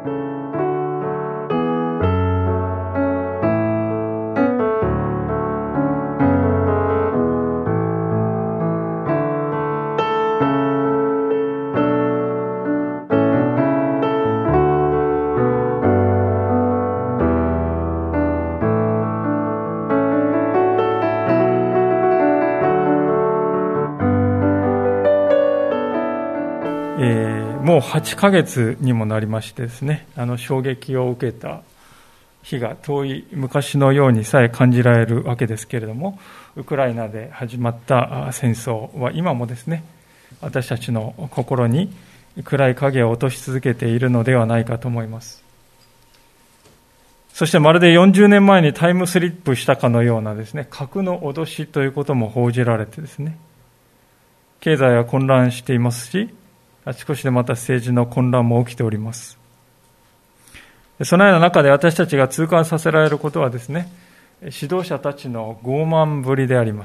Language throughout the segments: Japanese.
もう8ヶ月にもなりましてですね、衝撃を受けた日が遠い昔のようにさえ感じられるわけですけれども、ウクライナで始まった戦争は今もですね、私たちの心に暗い影を落とし続けているのではないかと思います。そしてまるで40年前にタイムスリップしたかのようなですね、核の脅しということも報じられてですね、経済は混乱していますし、あちこちでまた政治の混乱も起きております。そのような中で私たちが痛感させられることはですね、指導者たちの傲慢ぶりであります。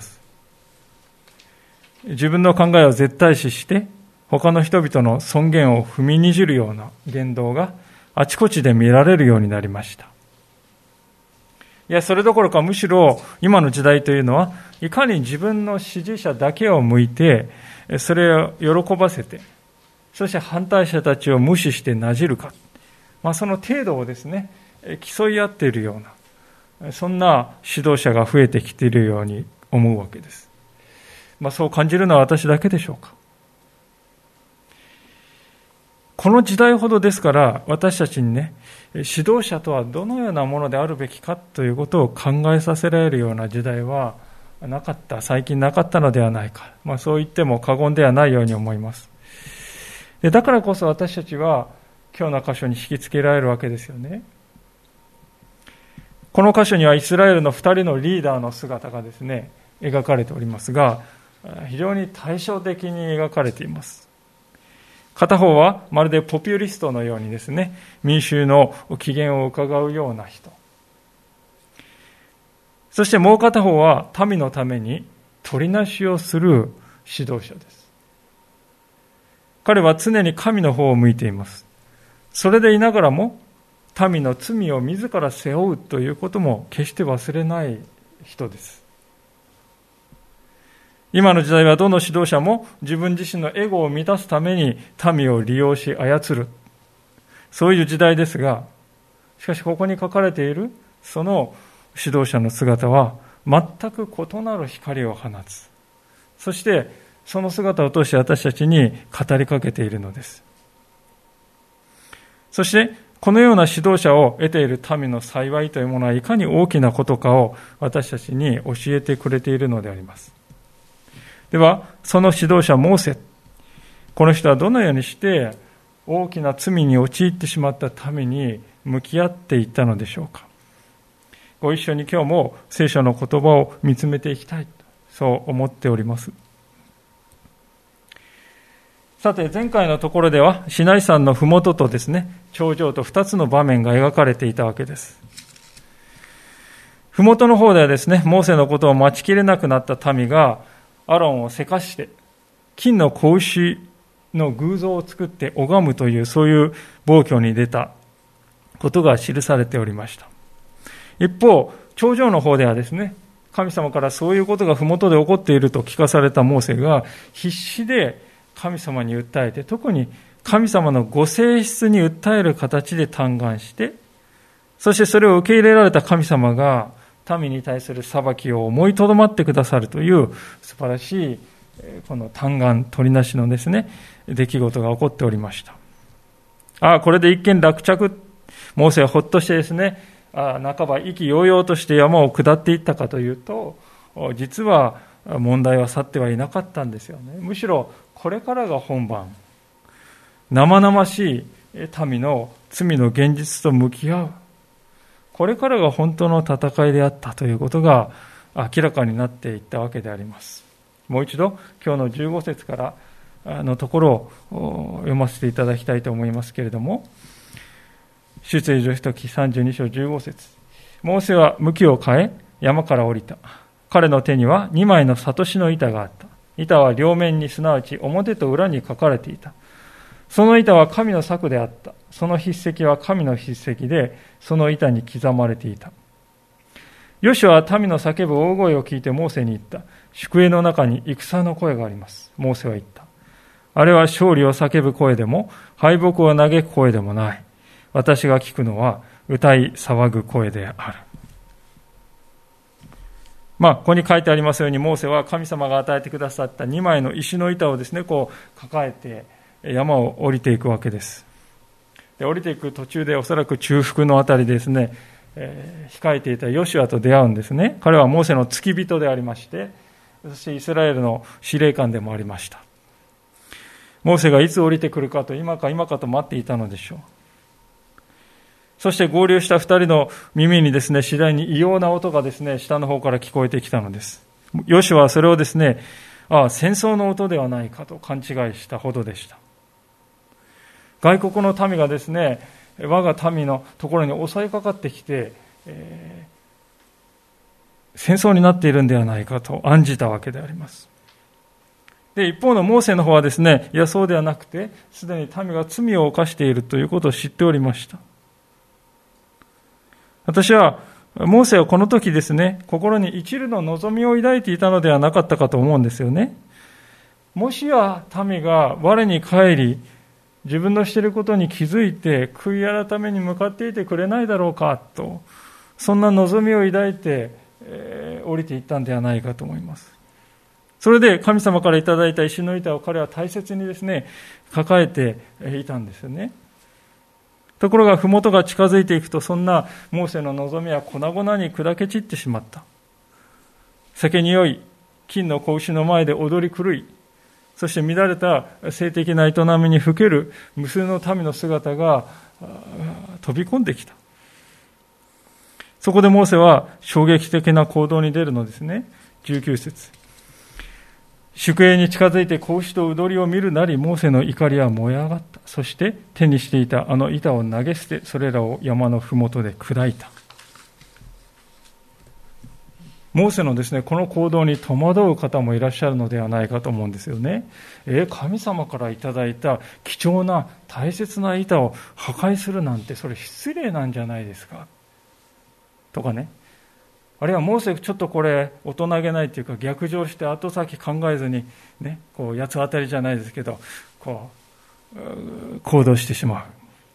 自分の考えを絶対視して他の人々の尊厳を踏みにじるような言動があちこちで見られるようになりました。いや、それどころかむしろ今の時代というのは、いかに自分の支持者だけを向いてそれを喜ばせて、そして反対者たちを無視してなじるか、その程度をですね、競い合っているような、そんな指導者が増えてきているように思うわけです。そう感じるのは私だけでしょうか。この時代ほどですから、私たちにね、指導者とはどのようなものであるべきかということを考えさせられるような時代はなかった、最近なかったのではないか。そう言っても過言ではないように思います。だからこそ私たちは今日の箇所に引きつけられるわけですよね。この箇所にはイスラエルの2人のリーダーの姿がですね、描かれておりますが、非常に対照的に描かれています。片方はまるでポピュリストのようにですね、民衆の機嫌を伺うような人。そしてもう片方は民のために取りなしをする指導者です。彼は常に神の方を向いています。それでいながらも民の罪を自ら背負うということも決して忘れない人です。今の時代はどの指導者も自分自身のエゴを満たすために民を利用し操る、そういう時代ですが、しかしここに書かれているその指導者の姿は全く異なる光を放つ。そしてその姿を通して私たちに語りかけているのです。そしてこのような指導者を得ている民の幸いというものはいかに大きなことかを私たちに教えてくれているのであります。ではその指導者モーセ、この人はどのようにして大きな罪に陥ってしまった民に向き合っていったのでしょうか。ご一緒に今日も聖書の言葉を見つめていきたい、そう思っております。さて、前回のところではシナイ山のふもととですね、頂上と2つの場面が描かれていたわけです。ふもとの方ではですね、モーセのことを待ちきれなくなった民がアロンをせかして金の子牛の偶像を作って拝むという、そういう暴挙に出たことが記されておりました。一方、頂上の方ではですね、神様からそういうことがふもとで起こっていると聞かされたモーセが必死で神様に訴えて、特に神様のご性質に訴える形で嘆願して、そしてそれを受け入れられた神様が民に対する裁きを思いとどまってくださるという素晴らしいこの嘆願取りなしのですね、出来事が起こっておりました。これで一件落着、モーセはほっとしてですね、半ば意気揚々として山を下っていったかというと、実は問題は去ってはいなかったんですよね。むしろこれからが本番、生々しい民の罪の現実と向き合う、これからが本当の戦いであったということが明らかになっていったわけであります。もう一度今日の15節からのところを読ませていただきたいと思いますけれども、出エジプト記32章15節、モーセは向きを変え山から降りた。彼の手には2枚のサトシの板があった。板は両面に、すなわち表と裏に書かれていた。その板は神の策であった。 その筆跡は神の筆跡で、その板に刻まれていた。ヨシュアは民の叫ぶ大声を聞いてモーセに言った。宿営の中に戦の声があります。モーセは言った。あれは勝利を叫ぶ声でも、敗北を嘆く声でもない。私が聞くのは、歌い騒ぐ声である。ここに書いてありますように、モーセは神様が与えてくださった2枚の石の板をですね、抱えて山を降りていくわけです。で、降りていく途中でおそらく中腹のあたりでですね、控えていたヨシュアと出会うんですね。彼はモーセの付き人でありまして、そしてイスラエルの司令官でもありました。モーセがいつ降りてくるかと今かと待っていたのでしょう。そして合流した2人の耳にですね、次第に異様な音がですね、下の方から聞こえてきたのです。ヨシュアはそれをですね、戦争の音ではないかと勘違いしたほどでした。外国の民がですね、我が民のところに襲いかかってきて、戦争になっているんではないかと案じたわけであります。で、一方のモーセの方はですね、いやそうではなくて、すでに民が罪を犯しているということを知っておりました。私は、モーセはこの時ですね、心に一縷の望みを抱いていたのではなかったかと思うんですよね。もしや民が我に返り、自分のしていることに気づいて悔い改めに向かっていてくれないだろうかと、そんな望みを抱いて、降りていったんではないかと思います。それで神様からいただいた石の板を彼は大切にですね、抱えていたんですよね。ところが麓が近づいていくと、そんなモーセの望みは粉々に砕け散ってしまった。酒に酔い、金の子牛の前で踊り狂い、そして乱れた性的な営みにふける無数の民の姿が飛び込んできた。そこでモーセは衝撃的な行動に出るのですね。19節。宿営に近づいて子牛と踊りを見るなり、モーセの怒りは燃え上がった。そして手にしていたあの板を投げ捨て、それらを山のふもとで砕いた。モーセのですね、この行動に戸惑う方もいらっしゃるのではないかと思うんですよね。神様からいただいた貴重な大切な板を破壊するなんて、それ失礼なんじゃないですかとかね。あるいはモーセちょっとこれ大人げないというか、逆上して後先考えずにね、八つ当たりじゃないですけど、行動してしま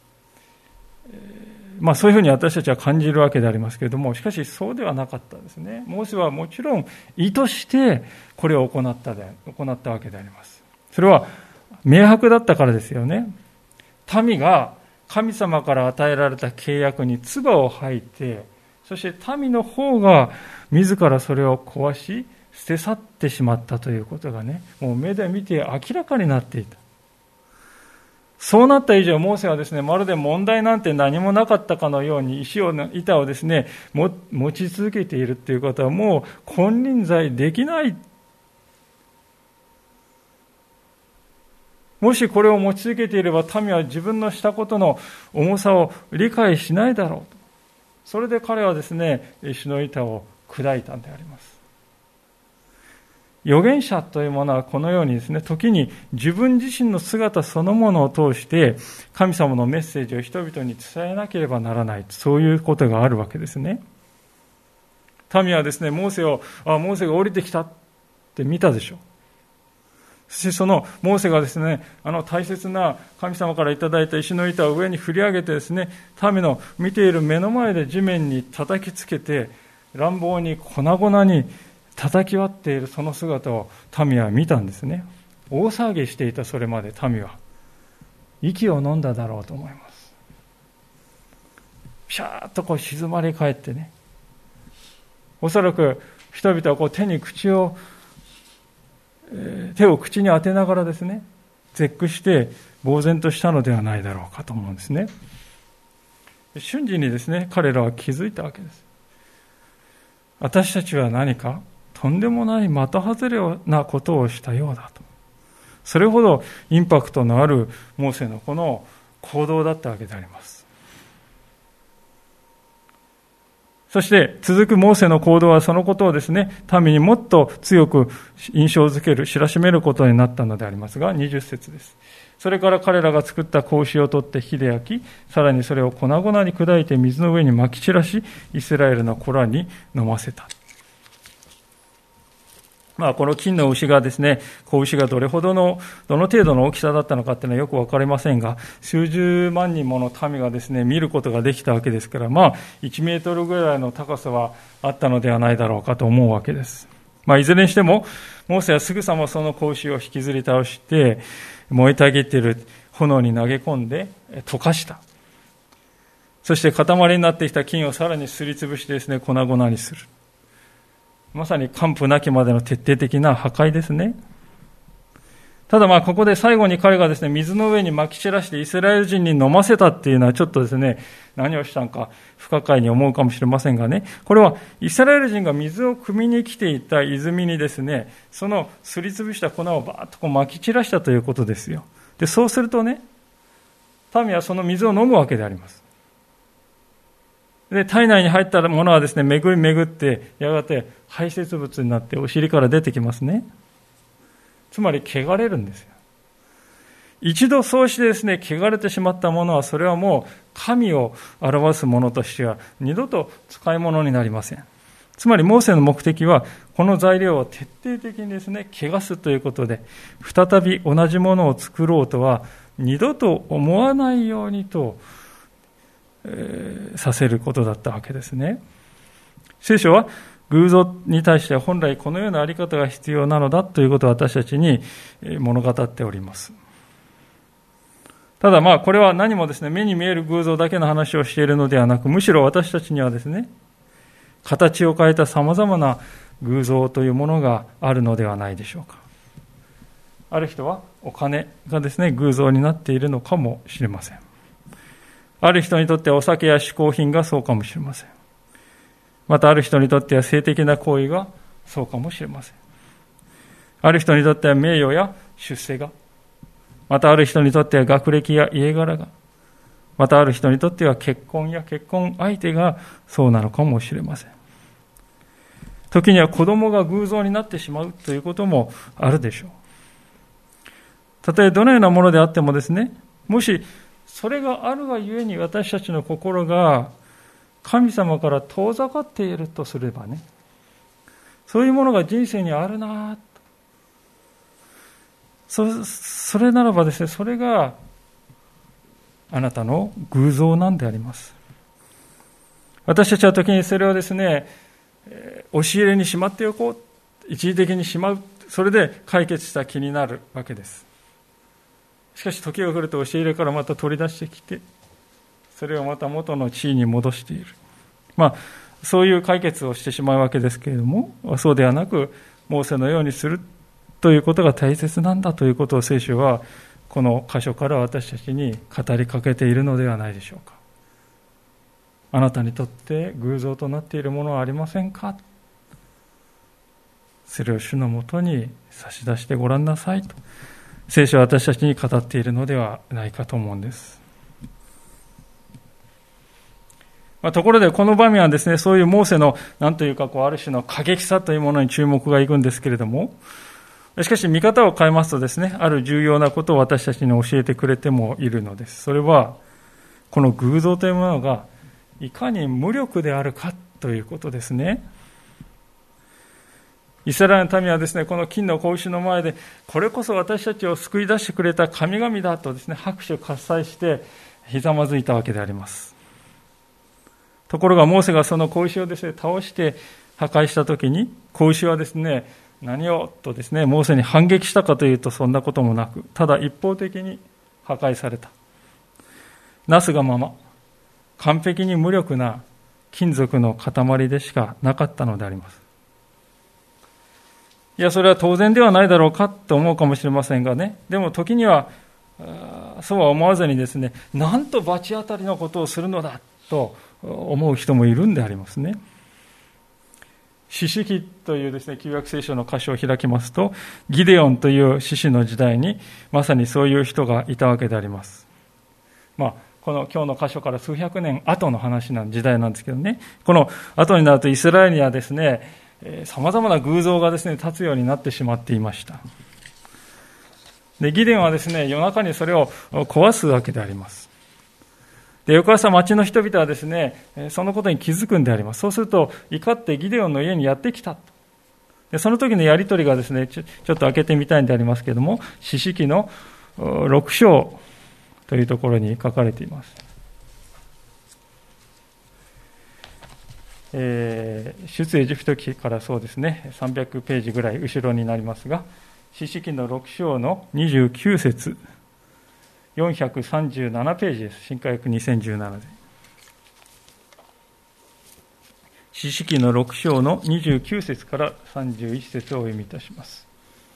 う。そういうふうに私たちは感じるわけでありますけれども、しかしそうではなかったですね。モーセはもちろん意図してこれを行ったわけであります。それは明白だったからですよね。民が神様から与えられた契約に唾を吐いて、そして民の方が自らそれを壊し捨て去ってしまったということがね、もう目で見て明らかになっていた。そうなった以上、モーセはですね、まるで問題なんて何もなかったかのように板をですね、持ち続けているということはもう金輪際できない。もしこれを持ち続けていれば、民は自分のしたことの重さを理解しないだろうと。それで彼はですね、石の板を砕いたんであります。預言者というものはこのようにですね、時に自分自身の姿そのものを通して神様のメッセージを人々に伝えなければならない、そういうことがあるわけですね。民はですね、モーセが降りてきたって見たでしょう。そしてそのモーセがですね、大切な神様からいただいた石の板を上に振り上げてですね、民の見ている目の前で地面に叩きつけて、乱暴に粉々に叩き割っているその姿を民は見たんですね。大騒ぎしていたそれまで民は息を飲んだだろうと思います。ピャーッと静まり返ってね、おそらく人々は手を口に当てながらですね、絶句して呆然としたのではないだろうかと思うんですね。瞬時にですね、彼らは気づいたわけです。私たちは何かとんでもない的外れなことをしたようだと。それほどインパクトのあるモーセのこの行動だったわけであります。そして続くモーセの行動はそのことをですね、民にもっと強く印象づける、知らしめることになったのでありますが、20節です。 それから彼らが作った子牛を取って火で焼き、さらにそれを粉々に砕いて水の上に撒き散らし、イスラエルの子らに飲ませた。この金の牛がですね、子牛がどの程度の大きさだったのかっていうのはよくわかりませんが、数十万人もの民がですね、見ることができたわけですから、1メートルぐらいの高さはあったのではないだろうかと思うわけです。いずれにしても、モーセはすぐさまその子牛を引きずり倒して、燃えたぎっている炎に投げ込んで溶かした。そして塊になってきた金をさらにすりつぶしてですね、粉々にする。まさに完膚なきまでの徹底的な破壊ですね。ただここで最後に彼がですね、水の上に撒き散らしてイスラエル人に飲ませたっていうのはちょっとですね、何をしたのか不可解に思うかもしれませんがね、これはイスラエル人が水を汲みに来ていた泉にですね、そのすりつぶした粉をバーッと撒き散らしたということですよ。で、そうするとね、民はその水を飲むわけであります。で、体内に入ったものはですね、巡り巡って、やがて排泄物になってお尻から出てきますね。つまり、汚れるんですよ。一度そうしてですね、汚れてしまったものは、それはもう神を表すものとしては、二度と使い物になりません。つまり、モーセの目的は、この材料を徹底的にですね、汚すということで、再び同じものを作ろうとは、二度と思わないようにと、させることだったわけですね。聖書は偶像に対しては本来このようなあり方が必要なのだということを私たちに物語っております。ただこれは何もですね、目に見える偶像だけの話をしているのではなく、むしろ私たちにはですね、形を変えた様々な偶像というものがあるのではないでしょうか。ある人はお金がですね、偶像になっているのかもしれません。ある人にとってはお酒や嗜好品がそうかもしれません。またある人にとっては性的な行為がそうかもしれません。ある人にとっては名誉や出世が、またある人にとっては学歴や家柄が、またある人にとっては結婚や結婚相手がそうなのかもしれません。時には子供が偶像になってしまうということもあるでしょう。たとえどのようなものであってもですね、もしそれがあるがゆえに私たちの心が神様から遠ざかっているとすればね、そういうものが人生にあるなと。それならばですね、それがあなたの偶像なんであります。私たちは時にそれをですね、押し入れにしまっておこう、一時的にしまう、それで解決した気になるわけです。しかし時が来ると押し入れからまた取り出してきて、それをまた元の地位に戻している。そういう解決をしてしまうわけですけれども、そうではなく、モーセのようにするということが大切なんだということを聖書は、この箇所から私たちに語りかけているのではないでしょうか。あなたにとって偶像となっているものはありませんか？それを主のもとに差し出してごらんなさいと。聖書は私たちに語っているのではないかと思うんです。ところでこの場面はですね、そういうモーセのなんというかある種の過激さというものに注目がいくんですけれども、しかし見方を変えますとですね、ある重要なことを私たちに教えてくれてもいるのです。それはこの偶像というものがいかに無力であるかということですね。イスラエルの民はですね、この金の子牛の前で、これこそ私たちを救い出してくれた神々だとですね、拍手喝采してひざまずいたわけであります。ところがモーセがその子牛をですね、倒して破壊したときに、子牛はですね、何をとですね、モーセに反撃したかというとそんなこともなく、ただ一方的に破壊された。なすがまま、完璧に無力な金属の塊でしかなかったのであります。いや、それは当然ではないだろうかと思うかもしれませんがね。でも時には、そうは思わずにですね、なんと罰当たりのことをするのだと思う人もいるんでありますね。士師記というですね、旧約聖書の箇所を開きますと、ギデオンという士師の時代に、まさにそういう人がいたわけであります。この今日の箇所から数百年後の話の時代なんですけどね、この後になるとイスラエルにはですね、様々な偶像がですね、立つようになってしまっていました。 で、ギデオンはですね、夜中にそれを壊すわけであります。で、翌朝町の人々はですね、そのことに気づくんであります。そうすると、怒ってギデオンの家にやってきた。で、その時のやりとりがですね、ちょっと開けてみたいんでありますけれども、士師記の6章というところに書かれています。出エジプト記からそうですね、300ページぐらい後ろになりますが、士師記の6章の29節、437ページです。新科学2017で。士師記の6章の29節から31節をお読みいたします。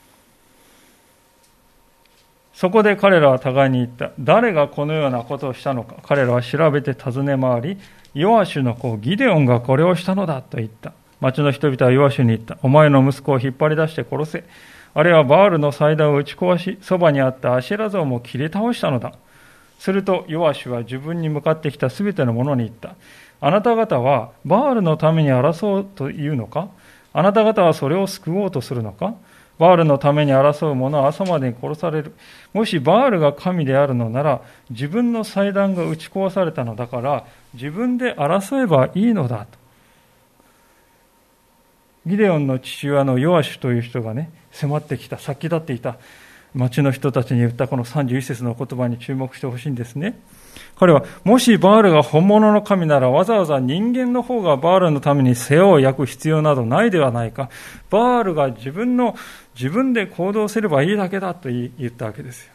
そこで彼らは互いに言った。誰がこのようなことをしたのか。彼らは調べて尋ね回り、ヨアシュの子ギデオンがこれをしたのだと言った。町の人々はヨアシュに言った。お前の息子を引っ張り出して殺せ。あれはバールの祭壇を打ち壊し、そばにあったアシェラ像も切り倒したのだ。するとヨアシュは自分に向かってきたすべての者に言った。あなた方はバールのために争うというのか。あなた方はそれを救おうとするのか。バールのために争う者は朝までに殺される。もしバールが神であるのなら、自分の祭壇が打ち壊されたのだから、自分で争えばいいのだと。ギデオンの父親のヨアシュという人がね、迫ってきた、先立っていた町の人たちに言ったこの31節の言葉に注目してほしいんですね。彼は、もしバールが本物の神ならわざわざ人間の方がバールのために世話を焼く必要などないではないか。バールが自分で行動すればいいだけだと言ったわけですよ。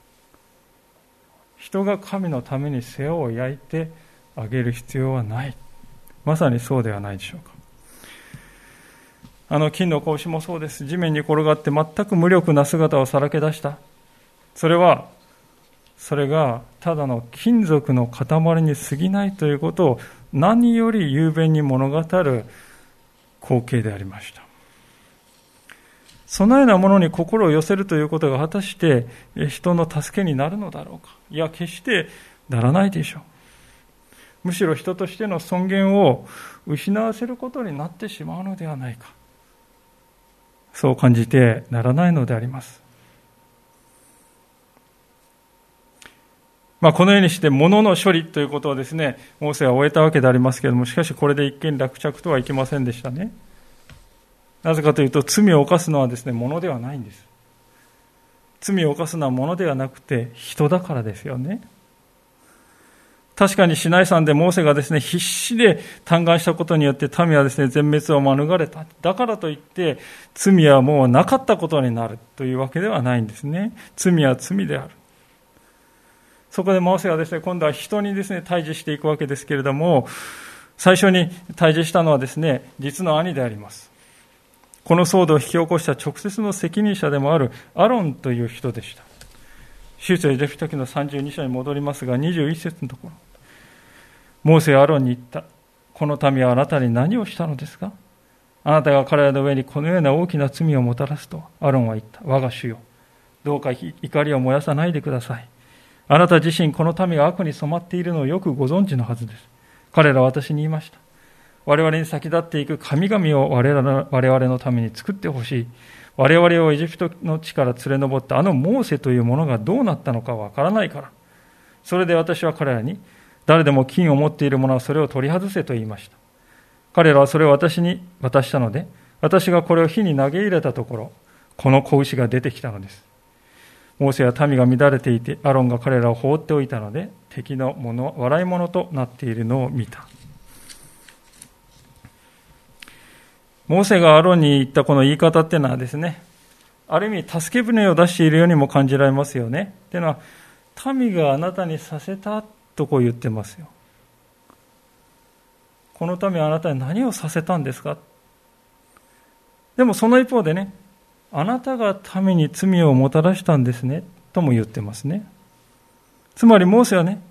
人が神のために世話を焼いてあげる必要はない。まさにそうではないでしょうか。金の格子もそうです。地面に転がって全く無力な姿をさらけ出した。それがただの金属の塊に過ぎないということを何より雄弁に物語る光景でありました。そのようなものに心を寄せるということが果たして人の助けになるのだろうか。いや、決してならないでしょう。むしろ人としての尊厳を失わせることになってしまうのではないか。そう感じてならないのであります。このようにして物の処理ということをですね、モーセは終えたわけでありますけれども、しかしこれで一件落着とはいきませんでしたね。なぜかというと、罪を犯すのはですね、物ではないんです。罪を犯すのは物ではなくて人だからですよね。確かにシナイ山でモーセがですね、必死で嘆願したことによって民はですね、全滅を免れた。だからといって罪はもうなかったことになるというわけではないんですね。罪は罪である。そこでモーセはですね、今度は人にですね、対峙していくわけですけれども、最初に対峙したのはですね、実の兄であります。この騒動を引き起こした直接の責任者でもあるアロンという人でした。出エジプト記の32章に戻りますが、21節のところ。モーセはアロンに言った。この民はあなたに何をしたのですか？あなたが彼らの上にこのような大きな罪をもたらすと。アロンは言った。我が主よ、どうか怒りを燃やさないでください。あなた自身この民が悪に染まっているのをよくご存知のはずです。彼らは私に言いました。我々に先立っていく神々を我々のために作ってほしい。我々をエジプトの地から連れ上ったモーセというものがどうなったのかわからないから。それで私は彼らに、誰でも金を持っている者はそれを取り外せと言いました。彼らはそれを私に渡したので、私がこれを火に投げ入れたところ、この子牛が出てきたのです。モーセは民が乱れていて、アロンが彼らを放っておいたので、敵の笑い者となっているのを見た。モーセがアロンに言ったこの言い方っていうのはですね、ある意味助け舟を出しているようにも感じられますよね。っていうのは、民があなたにさせたとこう言ってますよ。この民はあなたに何をさせたんですか？でもその一方でね、あなたが民に罪をもたらしたんですねとも言ってますね。つまりモーセはね、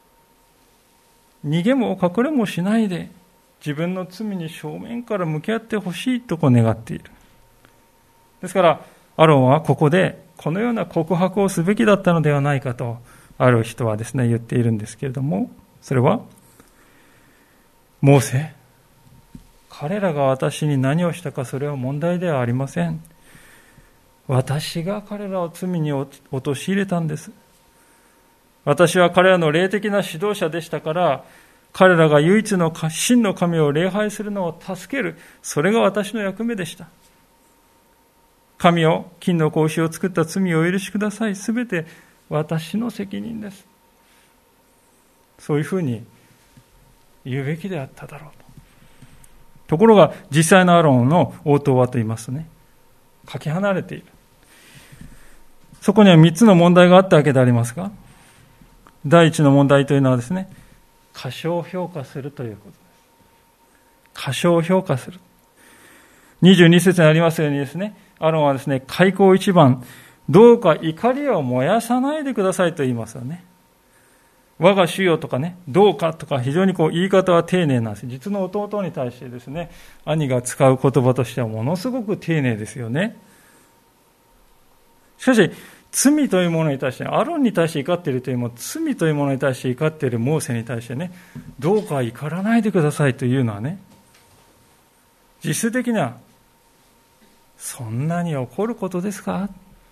逃げも隠れもしないで自分の罪に正面から向き合ってほしいとこう願っている。ですからアロンはここでこのような告白をすべきだったのではないかとある人はですね言っているんですけれども、それはモーセ、彼らが私に何をしたかそれは問題ではありません。 私が彼らを罪に陥れたんです。私は彼らの霊的な指導者でしたから、彼らが唯一の真の神を礼拝するのを助ける、それが私の役目でした。神よ、金の格子を作った罪をお許しください。すべて私の責任です。そういうふうに言うべきであっただろうと。ところが実際のアロンの応答はと言いますとね、かけ離れている。そこには3つの問題があったわけでありますが、第一の問題というのはですね、過小評価するということです。過小評価する。22節にありますようにですね、アロンはですね、開口一番、どうか怒りを燃やさないでくださいと言いますよね。我が主よとかね、どうかとか非常に言い方は丁寧なんです。実の弟に対してですね、兄が使う言葉としてはものすごく丁寧ですよね。しかし、罪というものに対して、アロンに対して怒っているというよりも、罪というものに対して怒っているモーセに対してね、どうか怒らないでくださいというのはね、実質的には、そんなに怒ることですか？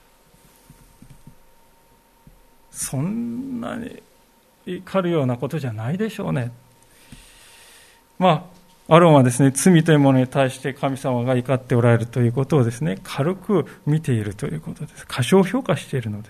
そんなに怒るようなことじゃないでしょうね。アロンはですね、罪というものに対して神様が怒っておられるということをですね、軽く見ているということです。過小評価しているのです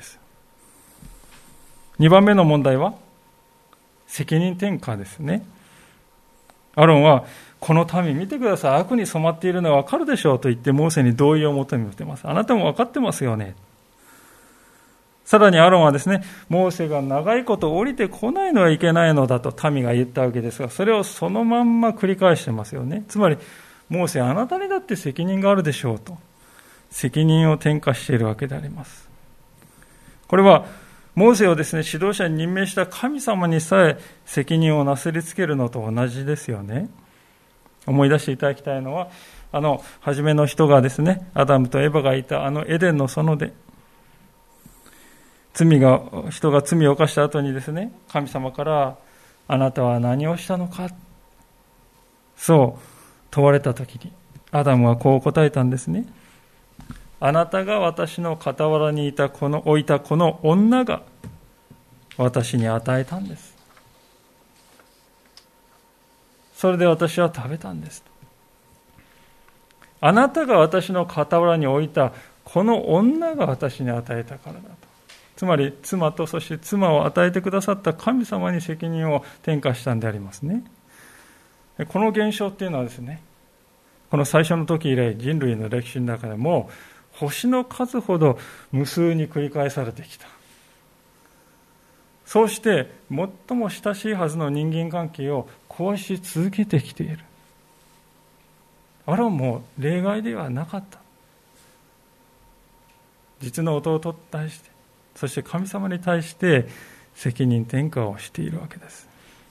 。2番目の問題は、責任転嫁ですね。アロンは、この民見てください。悪に染まっているのは分かるでしょうと言ってモーセに同意を求めています。あなたも分かってますよね。さらにアロンはですね、モーセが長いこと降りてこないのはいけないのだと民が言ったわけですが、それをそのまんま繰り返してますよね。つまり、モーセあなたにだって責任があるでしょうと、責任を転嫁しているわけであります。これは、モーセをですね、指導者に任命した神様にさえ責任をなすりつけるのと同じですよね。思い出していただきたいのは、初めの人がですね、アダムとエバがいたエデンの園で、人が罪を犯した後にですね、神様から、あなたは何をしたのか、そう問われたときに、アダムはこう答えたんですね。あなたが私の傍らに置いたこの女が私に与えたんです。それで私は食べたんです。あなたが私の傍らに置いたこの女が私に与えたからだと。つまり妻とそして妻を与えてくださった神様に責任を転嫁したんでありますね。この現象っていうのはですね、この最初の時以来人類の歴史の中でも星の数ほど無数に繰り返されてきた。そうして最も親しいはずの人間関係を壊し続けてきている。アロンも例外ではなかった。実の弟に対して、そして神様に対して責任転嫁をしているわけです。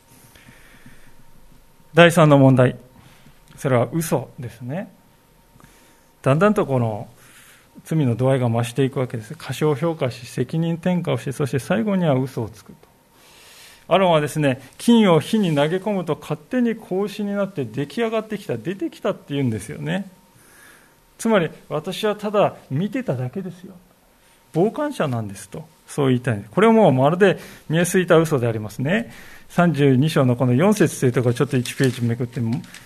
第3の問題、それは嘘ですね。だんだんとこの罪の度合いが増していくわけです。過小評価し、責任転嫁をして、そして最後には嘘をつくと。アロンはですね、金を火に投げ込むと勝手に格子になって出来上がってきた、出てきたって言うんですよね。つまり私はただ見てただけですよ。傍観者なんですと、そう言いたい。これはもうまるで見えすぎた嘘でありますね。32章のこの4節というところ、ちょっと1ページめくって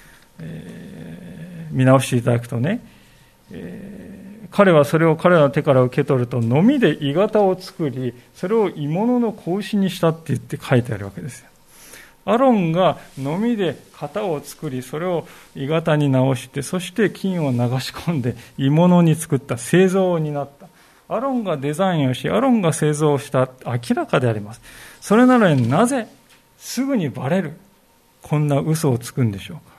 見直していただくとね、彼はそれを彼らの手から受け取ると、のみで鋳型を作り、それを鋳物の格子にしたって言って書いてあるわけですよ。アロンがのみで型を作り、それを鋳型に直して、そして金を流し込んで鋳物に作った、製造になった。アロンがデザインをし、アロンが製造した、明らかであります。それなのになぜすぐにバレる、こんな嘘をつくんでしょうか。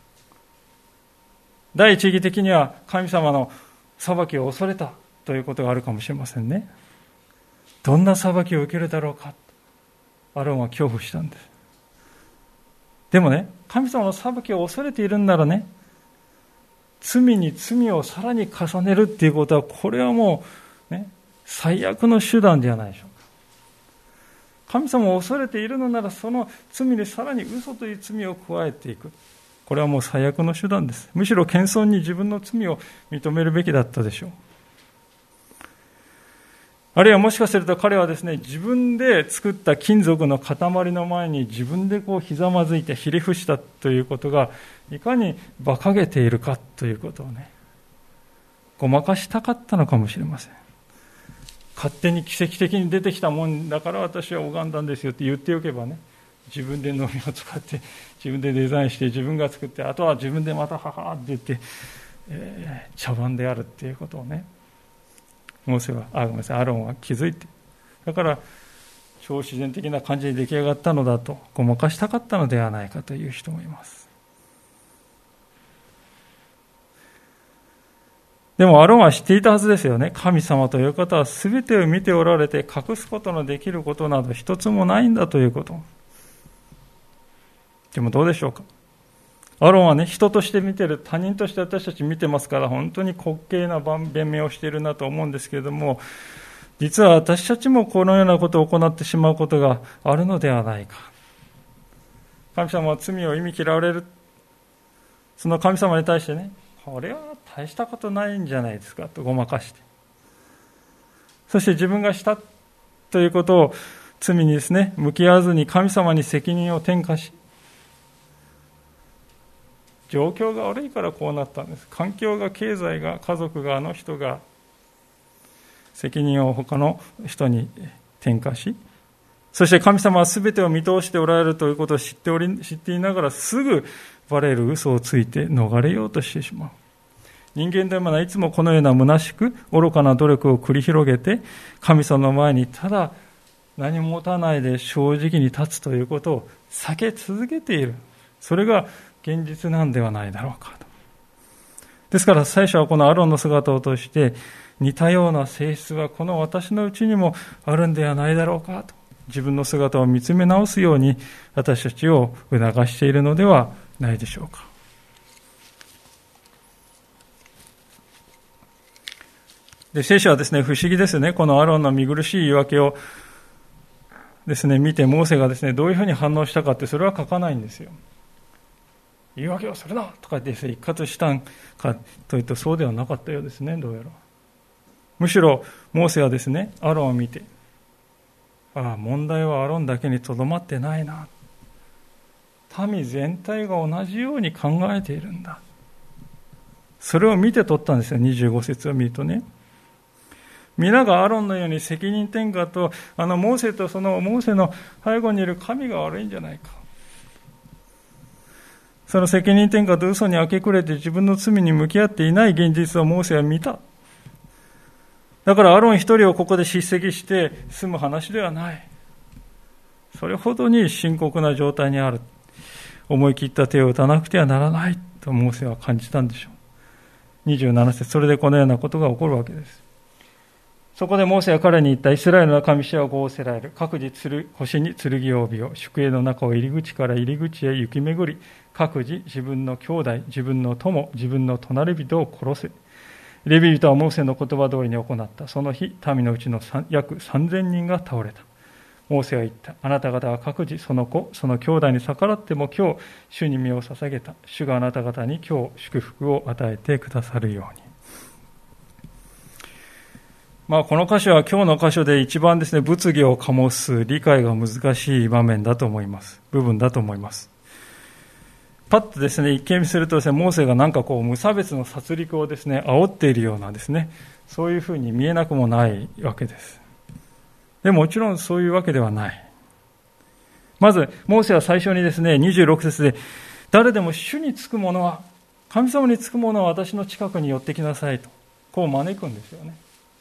第一義的には神様の裁きを恐れたということがあるかもしれませんね。どんな裁きを受けるだろうか、アロンは恐怖したんです。でもね、神様の裁きを恐れているんならね、罪に罪をさらに重ねるっていうことは、これはもうね、最悪の手段ではないでしょうか。神様を恐れているのなら、その罪にさらに嘘という罪を加えていく。これはもう最悪の手段です。むしろ謙遜に自分の罪を認めるべきだったでしょう。 あるいはもしかすると彼はですね、自分で作った金属の塊の前に自分でひざまずいてひれ伏したということがいかに馬鹿げているかということをね、ごまかしたかったのかもしれません。勝手に奇跡的に出てきたもんだから私は拝んだんですよって言っておけばね、自分でのみを使って自分でデザインして自分が作って、あとは自分でまたははって言って、茶番であるっていうことをね、アロンは気づいて、だから超自然的な感じで出来上がったのだとごまかしたかったのではないかという人もいます。でもアロンは知っていたはずですよね。神様という方は全てを見ておられて、隠すことのできることなど一つもないんだということ。でもどうでしょうか。アロンはね、人として見てる、他人として私たち見てますから、本当に滑稽な弁明をしているなと思うんですけれども、実は私たちもこのようなことを行ってしまうことがあるのではないか。神様は罪を忌み嫌われる。その神様に対してね、これは大したことないんじゃないですかとごまかして、そして自分がしたということを罪にですね、向き合わずに神様に責任を転嫁し、状況が悪いからこうなったんです。環境が、経済が、家族が、あの人が責任を他の人に転嫁し、そして神様は全てを見通しておられるということを知っていながら、すぐバレる嘘をついて逃れようとしてしまう。人間というものはいつもこのような虚しく愚かな努力を繰り広げて、神様の前にただ何も持たないで正直に立つということを避け続けている。それが現実なんではないだろうかと。ですから最初はこのアロンの姿を通して、似たような性質はこの私のうちにもあるんではないだろうかと、自分の姿を見つめ直すように私たちを促しているのではないでしょうか。で、聖書はですね、不思議ですね。このアロンの見苦しい言い訳をですね、見て、モーセがですね、どういうふうに反応したかって、それは書かないんですよ。言い訳をするなとか言って一喝したんかというと、そうではなかったようですね、どうやら。むしろモーセはですね、アロンを見て、問題はアロンだけにとどまってないな、民全体が同じように考えているんだ、それを見て取ったんですよ。25節を見るとね、皆がアロンのように責任転嫁と、モーセとそのモーセの背後にいる神が悪いんじゃないか、その責任転嫁と嘘に明け暮れて自分の罪に向き合っていない現実をモーセは見た。だからアロン一人をここで叱責して済む話ではない。それほどに深刻な状態にある。思い切った手を打たなくてはならないとモーセは感じたんでしょう。27節、それでこのようなことが起こるわけです。そこでモーセは彼に言った。イスラエルの神主はこうせられる。各自腰に剣を帯よ。宿営の中を入り口から入り口へ行き巡り、各自自分の兄弟、自分の友、自分の隣人を殺せ。レビ人はモーセの言葉通りに行った。その日、民のうちの約3000人が倒れた。モーセは言った。あなた方は各自その子、その兄弟に逆らっても今日、主に身を捧げた。主があなた方に今日、祝福を与えてくださるように。この箇所は今日の箇所で一番ですね、物議を醸す理解が難しい場面だと思います。部分だと思います。パッとですね、一見見するとですね、モーセが無差別の殺戮をですね、煽っているようなですね、そういうふうに見えなくもないわけです。でもちろんそういうわけではない。まず、モーセは最初にですね、26節で、誰でも主につく者は、神様につく者は私の近くに寄ってきなさいと、こう招くんですよね。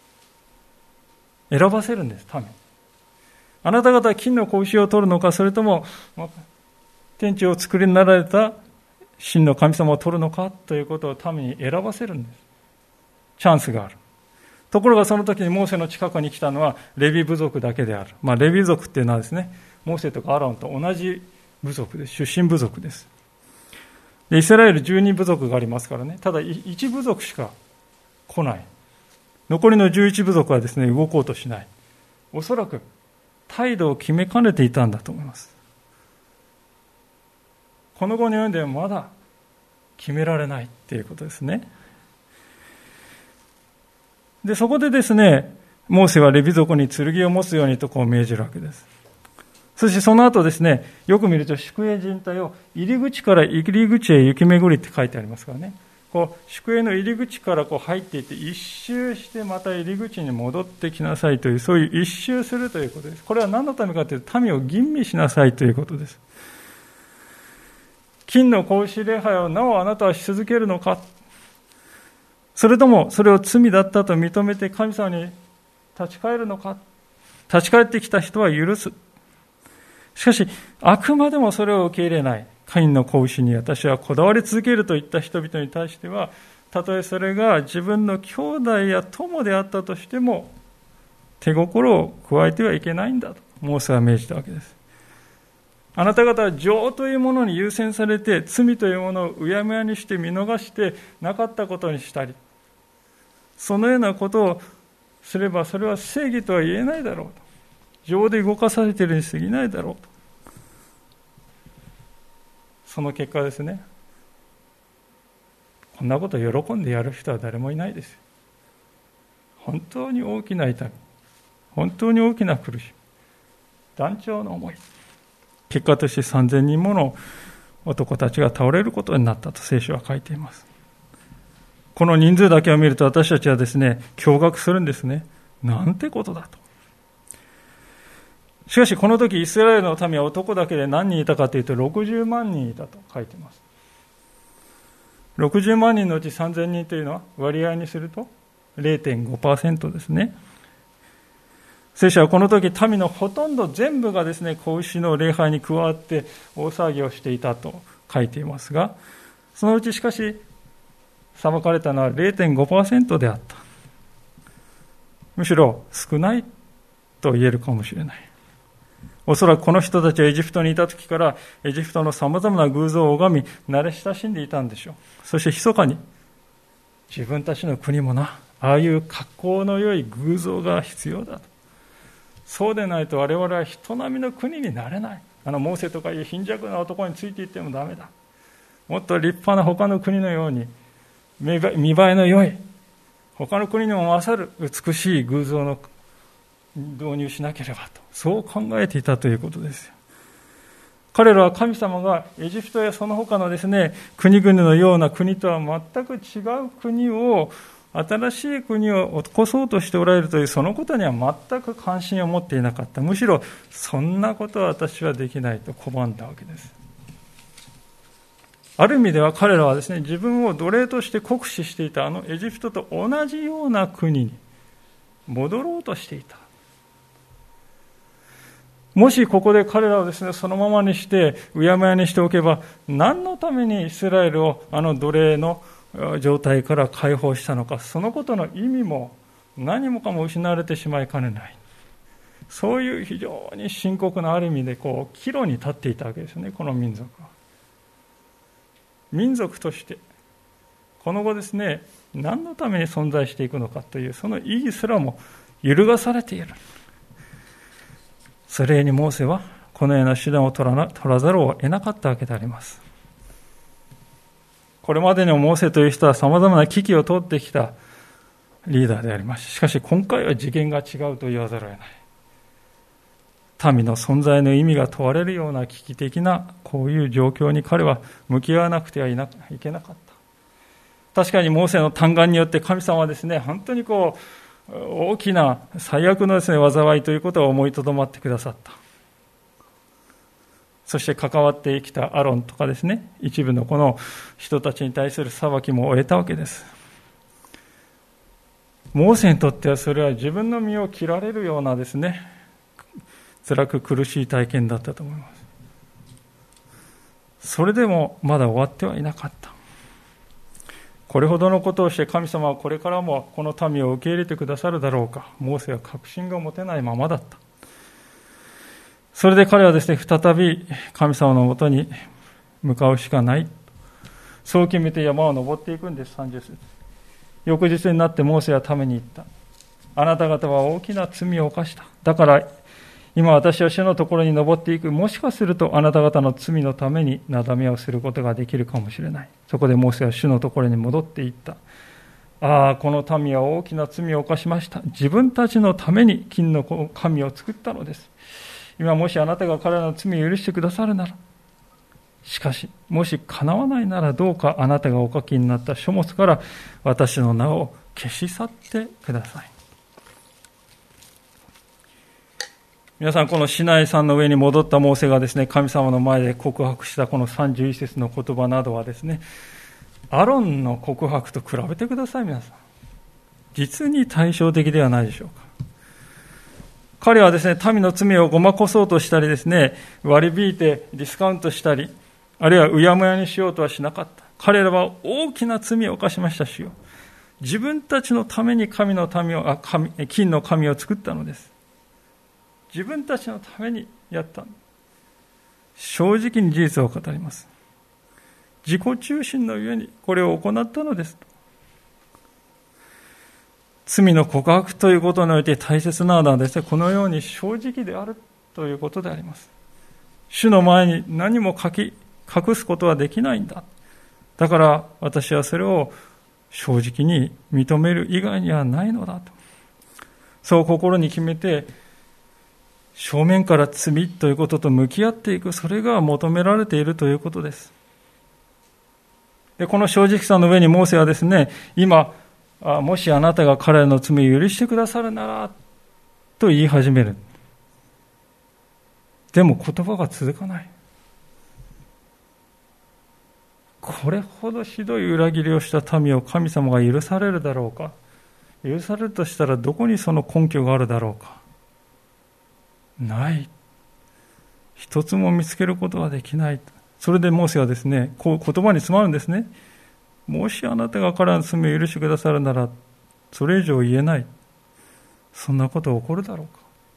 選ばせるんです、民。あなた方は金の子牛を取るのか、それとも天地を作りになられた真の神様を取るのかということを民に選ばせるんです。チャンスがある。ところがその時にモーセの近くに来たのはレビ部族だけである。レビ族っていうのはですね、モーセとかアロンと同じ部族です。出身部族です。で、イスラエル12部族がありますからね、ただ1部族しか来ない。残りの11部族はですね、動こうとしない。おそらく態度を決めかねていたんだと思います。この後に読んでもまだ決められないっていうことですね。で、そこでですね、 モーセはレビ族に剣を持つようにと命じるわけです。そしてその後ですね、よく見ると宿営陣隊を入り口から入り口へ行き巡りって書いてありますからね。宿営の入り口から入っていって一周してまた入り口に戻ってきなさいという、そういう一周するということです。これは何のためかというと、民を吟味しなさいということです。金の子牛礼拝をなおあなたはし続けるのか、それともそれを罪だったと認めて神様に立ち返るのか。立ち返ってきた人は許す。しかしあくまでもそれを受け入れない、カインの子牛に私はこだわり続けるといった人々に対しては、たとえそれが自分の兄弟や友であったとしても手心を加えてはいけないんだとモーセは命じたわけです。あなた方は情というものに優先されて、罪というものをうやむやにして見逃してなかったことにしたり、そのようなことをすればそれは正義とは言えないだろうと、情で動かされているに過ぎないだろうと。その結果ですね、こんなことを喜んでやる人は誰もいないですよ。本当に大きな痛み、本当に大きな苦しみ、断腸の思い、結果として3000人もの男たちが倒れることになったと聖書は書いています。この人数だけを見ると私たちはですね、驚愕するんですね。なんてことだと。しかしこの時イスラエルの民は男だけで何人いたかというと60万人いたと書いています。60万人のうち3000人というのは割合にすると 0.5% ですね。聖書はこの時民のほとんど全部がですね、子牛の礼拝に加わって大騒ぎをしていたと書いていますが、そのうちしかし裁かれたのは 0.5% であった。むしろ少ないと言えるかもしれない。おそらくこの人たちはエジプトにいた時からエジプトのさまざまな偶像を拝み慣れ親しんでいたんでしょう。そして密かに自分たちの国もな、ああいう格好の良い偶像が必要だと。そうでないと我々は人並みの国になれない。モーセとかいう貧弱な男についていってもダメだ。もっと立派な他の国のように見栄えの良い、他の国にも勝る美しい偶像の導入しなければと、そう考えていたということですよ。彼らは神様がエジプトやその他のですね、国々のような国とは全く違う国を、新しい国を起こそうとしておられるというそのことには全く関心を持っていなかった。むしろそんなことは私はできないと拒んだわけです。ある意味では彼らはですね、自分を奴隷として酷使していたエジプトと同じような国に戻ろうとしていた。もしここで彼らをですね、そのままにしてうやむやにしておけば、何のためにイスラエルを奴隷の状態から解放したのか、そのことの意味も何もかも失われてしまいかねない。そういう非常に深刻なある意味で岐路に立っていたわけですよね、この民族は。民族としてこの後ですね、何のために存在していくのかというその意義すらも揺るがされている。それゆえにモーセはこのような手段を取らざるを得なかったわけであります。これまでにもモーセという人は様々な危機を通ってきたリーダーであります。しかし今回は次元が違うと言わざるを得ない。民の存在の意味が問われるような危機的なこういう状況に彼は向き合わなくてはいけなかった。確かにモーセの嘆願によって神様はですね、本当に大きな最悪のですね、災いということを思いとどまってくださった。そして関わってきたアロンとかですね、一部のこの人たちに対する裁きも終えたわけです。モーセにとってはそれは自分の身を切られるようなですね、辛く苦しい体験だったと思います。それでもまだ終わってはいなかった。これほどのことをして神様はこれからもこの民を受け入れてくださるだろうか。モーセは確信が持てないままだった。それで彼はですね、再び神様のもとに向かうしかない。そう決めて山を登っていくんです。30節。翌日になってモーセは民に言った。あなた方は大きな罪を犯した。だから今私は主のところに登っていく。もしかするとあなた方の罪のためになだめをすることができるかもしれない。そこでモーセは主のところに戻っていった。 この民は大きな罪を犯しました。自分たちのために金の神を作ったのです。今もしあなたが彼らの罪を許してくださるなら、しかしもし叶わないならどうかあなたがお書きになった書物から私の名を消し去ってください。皆さん、このシナイ山の上に戻ったモーセがですね、神様の前で告白したこの31節の言葉などはですね、アロンの告白と比べてください。皆さん、実に対照的ではないでしょうか。彼はですね、民の罪をごまこそうとしたりですね、割り引いてディスカウントしたり、あるいはうやむやにしようとはしなかった。彼らは大きな罪を犯しましたしよ。自分たちのために金の神を作ったのです。自分たちのためにやった。正直に事実を語ります。自己中心のゆえにこれを行ったのです。罪の告白ということにおいて大切なのはですね、このように正直であるということであります。主の前に何も隠すことはできないんだ。だから私はそれを正直に認める以外にはないのだと。そう心に決めて、正面から罪ということと向き合っていく、それが求められているということです。で、この正直さの上にモーセはですね、今、もしあなたが彼らの罪を許してくださるならと言い始める。でも言葉が続かない。これほどひどい裏切りをした民を神様が許されるだろうか。許されるとしたらどこにその根拠があるだろうか。ない。一つも見つけることはできない。それでモーセはですね、こう言葉に詰まるんですね。もしあなたが彼らの罪を許してくださるなら、それ以上言えない。そんなこと起こるだろうか。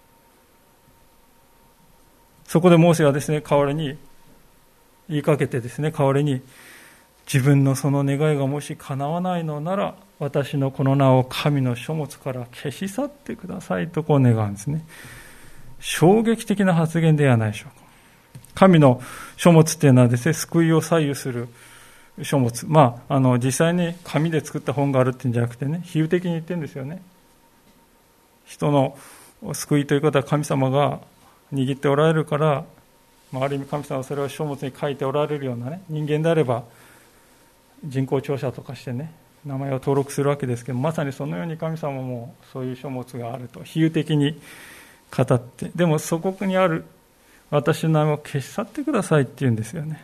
そこでモーセはですね、代わりに言いかけてですね、代わりに自分のその願いがもし叶わないのなら、私のこの名を神の書物から消し去ってくださいとこう願うんですね。衝撃的な発言ではないでしょうか。神の書物っていうのはですね、救いを左右する書物。実際に紙で作った本があるっていうんじゃなくてね、比喩的に言ってるんですよね。人の救いということは神様が握っておられるから、ある意味神様はそれを書物に書いておられるようなね、人間であれば人口調査とかしてね、名前を登録するわけですけど、まさにそのように神様もそういう書物があると比喩的に語って、でもそこにある私の名前を消し去ってくださいって言うんですよね。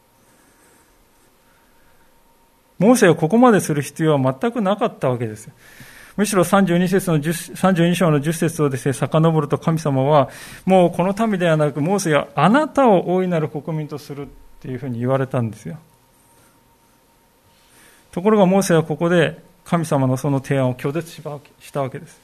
モーセはここまでする必要は全くなかったわけですよ。むしろ32章の10節をですね、遡ると神様は、もうこの民ではなく、モーセはあなたを大いなる国民とするっていうふうに言われたんですよ。ところがモーセはここで神様のその提案を拒絶したわけです。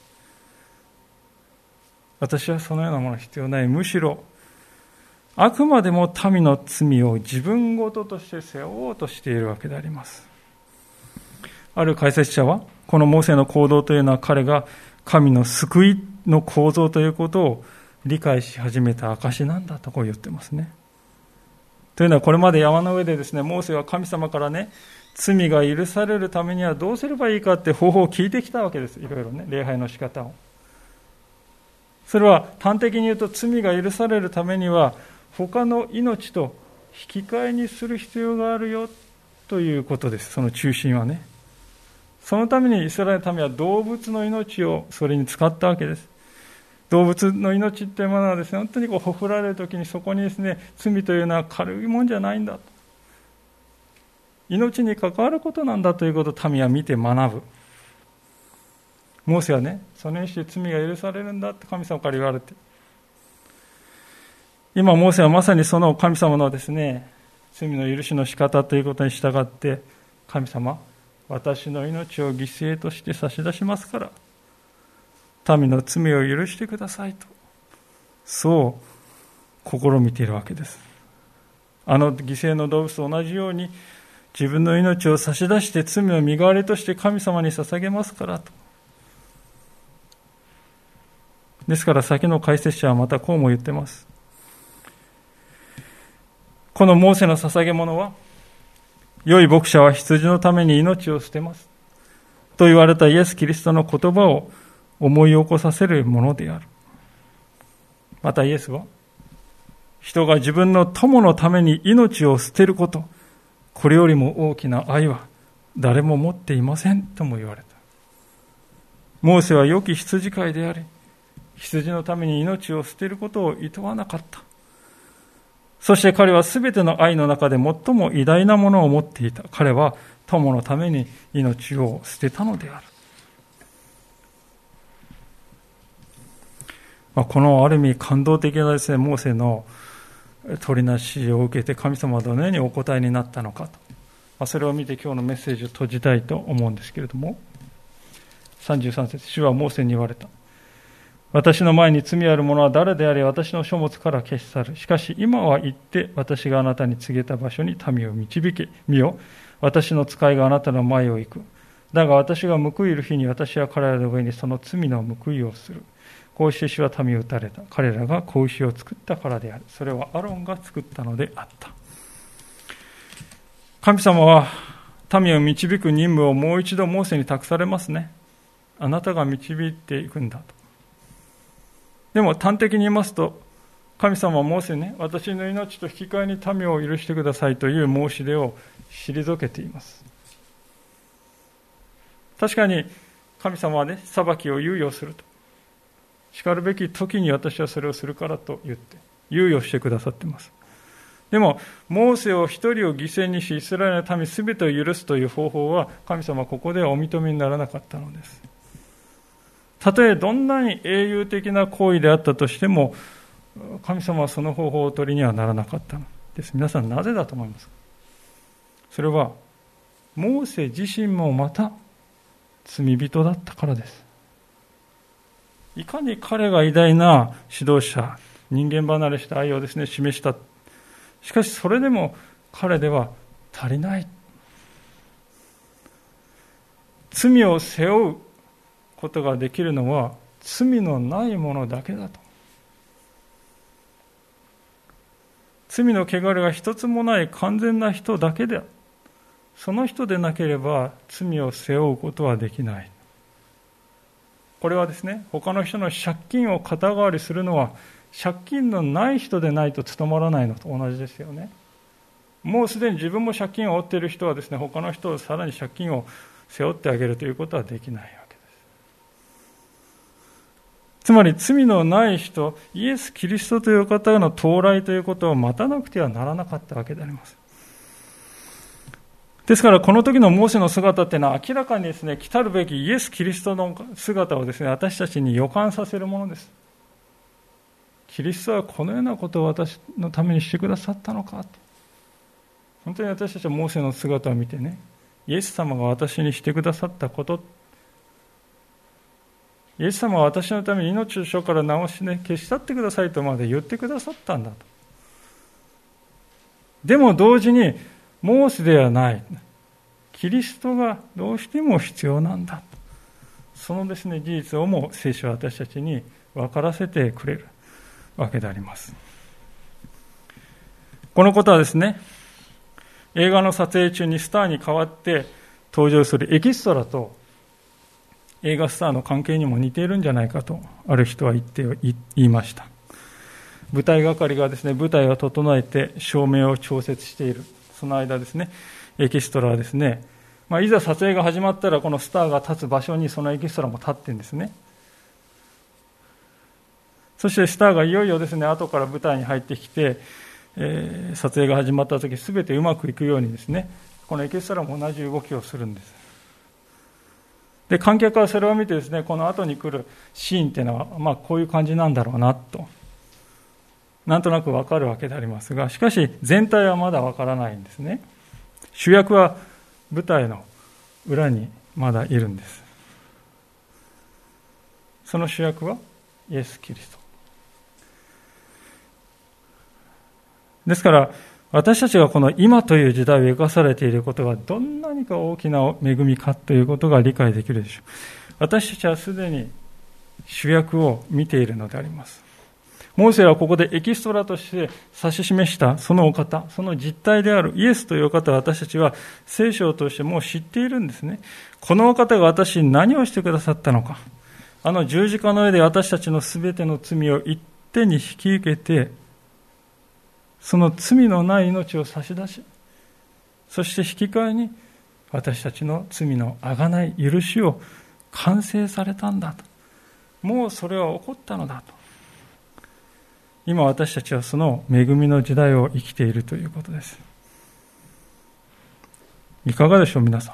私はそのようなものは必要ない。むしろ、あくまでも民の罪を自分ごととして背負おうとしているわけであります。ある解説者は、このモーセの行動というのは彼が神の救いの構造ということを理解し始めた証なんだとこう言ってますね。というのは、これまで山の上でですね、モーセは神様からね、罪が許されるためにはどうすればいいかって方法を聞いてきたわけです。いろいろね、礼拝の仕方を。それは端的に言うと、罪が許されるためには他の命と引き換えにする必要があるよということです。その中心はね。そのためにイスラエルの民は動物の命をそれに使ったわけです。動物の命っていうものはですね、本当にほふられるときにそこにですね、罪というのは軽いもんじゃないんだと。命に関わることなんだということを民は見て学ぶ。モーセはね、そのようにして罪が許されるんだって神様から言われて、今モーセはまさにその神様のですね、罪の許しの仕方ということに従って、神様、私の命を犠牲として差し出しますから、民の罪を許してくださいと、そう試みているわけです。あの犠牲の動物と同じように、自分の命を差し出して罪の身代わりとして神様に捧げますからと。ですから先の解説者はまたこうも言ってます。このモーセの捧げ物は、良い牧者は羊のために命を捨てます。 と言われたイエス・キリストの言葉を思い起こさせるものである。またイエスは、人が自分の友のために命を捨てること、これよりも大きな愛は誰も持っていませんとも言われた。モーセは良き羊飼いであり、羊のために命を捨てることを厭わなかった。そして彼はすべての愛の中で最も偉大なものを持っていた。彼は友のために命を捨てたのである。このある意味感動的なですね、モーセの取りなしを受けて神様はどのようにお答えになったのかと、それを見て今日のメッセージを閉じたいと思うんですけれども、33節、主はモーセに言われた。私の前に罪ある者は誰であれ私の書物から消し去る。しかし今は行って私があなたに告げた場所に民を導け。見よ、私の使いがあなたの前を行く。だが私が報いる日に私は彼らの上にその罪の報いをする。こうして主は民を打たれた。彼らが子牛を作ったからである。それはアロンが作ったのであった。神様は民を導く任務をもう一度モーセに託されますね。あなたが導いていくんだと。でも端的に言いますと、神様はモーセにね、私の命と引き換えに民を許してくださいという申し出を退けています。確かに神様はね、裁きを猶予すると。しかるべき時に私はそれをするからと言って猶予してくださっています。でもモーセを一人を犠牲にしイスラエルの民すべてを許すという方法は神様はここではお認めにならなかったのです。たとえどんなに英雄的な行為であったとしても神様はその方法をお取りにはならなかったのです。皆さんなぜだと思いますか？それはモーセ自身もまた罪人だったからです。いかに彼が偉大な指導者、人間離れした愛をですね、示した。しかしそれでも彼では足りない。罪を背負うことができるのは罪のないものだけだと。罪の汚れが一つもない完全な人だけで、その人でなければ罪を背負うことはできない。これはですね、他の人の借金を肩代わりするのは借金のない人でないと務まらないのと同じですよね。もうすでに自分も借金を負っている人はですね、他の人をさらに借金を背負ってあげるということはできないわけです。つまり罪のない人、イエス・キリストという方の到来ということを待たなくてはならなかったわけであります。ですからこの時のモーセの姿っていうのは明らかにですね、来たるべきイエス・キリストの姿をですね、私たちに予感させるものです。キリストはこのようなことを私のためにしてくださったのかと。本当に私たちはモーセの姿を見てね、イエス様が私にしてくださったこと、イエス様は私のために命の書から直しね、消し去ってくださいとまで言ってくださったんだと。でも同時にモーセではない、キリストがどうしても必要なんだ。そのですね、事実をも聖書は私たちに分からせてくれるわけであります。このことはですね、映画の撮影中にスターに代わって登場するエキストラと映画スターの関係にも似ているんじゃないかとある人は言いました。舞台係がですね、舞台を整えて照明を調節している。その間ですね、エキストラはですね、いざ撮影が始まったらこのスターが立つ場所にそのエキストラも立ってるんですね。そしてスターがいよいよですね、後から舞台に入ってきて、撮影が始まった時全てうまくいくようにですね、このエキストラも同じ動きをするんです。で、観客はそれを見てですね、この後に来るシーンっていうのは、こういう感じなんだろうなと。なんとなくわかるわけでありますが、しかし全体はまだわからないんですね。主役は舞台の裏にまだいるんです。その主役はイエス・キリスト。ですから私たちがこの今という時代を生かされていることがどんなにか大きな恵みかということが理解できるでしょう。私たちはすでに主役を見ているのであります。 モーセはここでエキストラとして指し示したそのお方、その実体であるイエスというお方を私たちは聖書を通してもう知っているんですね。このお方が私に何をしてくださったのか。あの十字架の上で私たちのすべての罪を一手に引き受けて、その罪のない命を差し出し、そして引き換えに私たちの罪の贖い、許しを完成されたんだと。もうそれは起こったのだと。今私たちはその恵みの時代を生きているということです。いかがでしょう皆さん。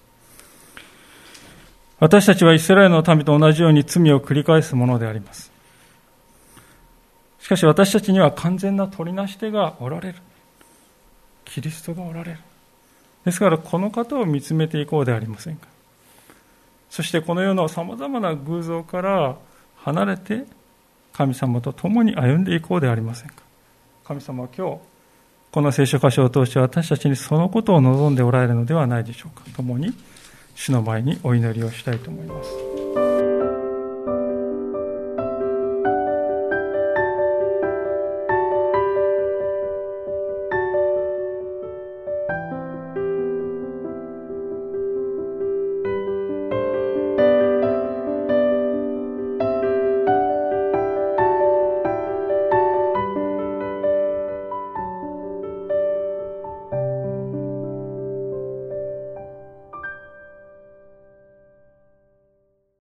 私たちはイスラエルの民と同じように罪を繰り返すものであります。しかし私たちには完全な取りなし手がおられる。キリストがおられる。ですからこの方を見つめていこうではありませんか。そしてこの世のさまざまな偶像から離れて神様と共に歩んでいこうではありませんか。神様は今日この聖書箇所を通して私たちにそのことを望んでおられるのではないでしょうか。共に主の前にお祈りをしたいと思います。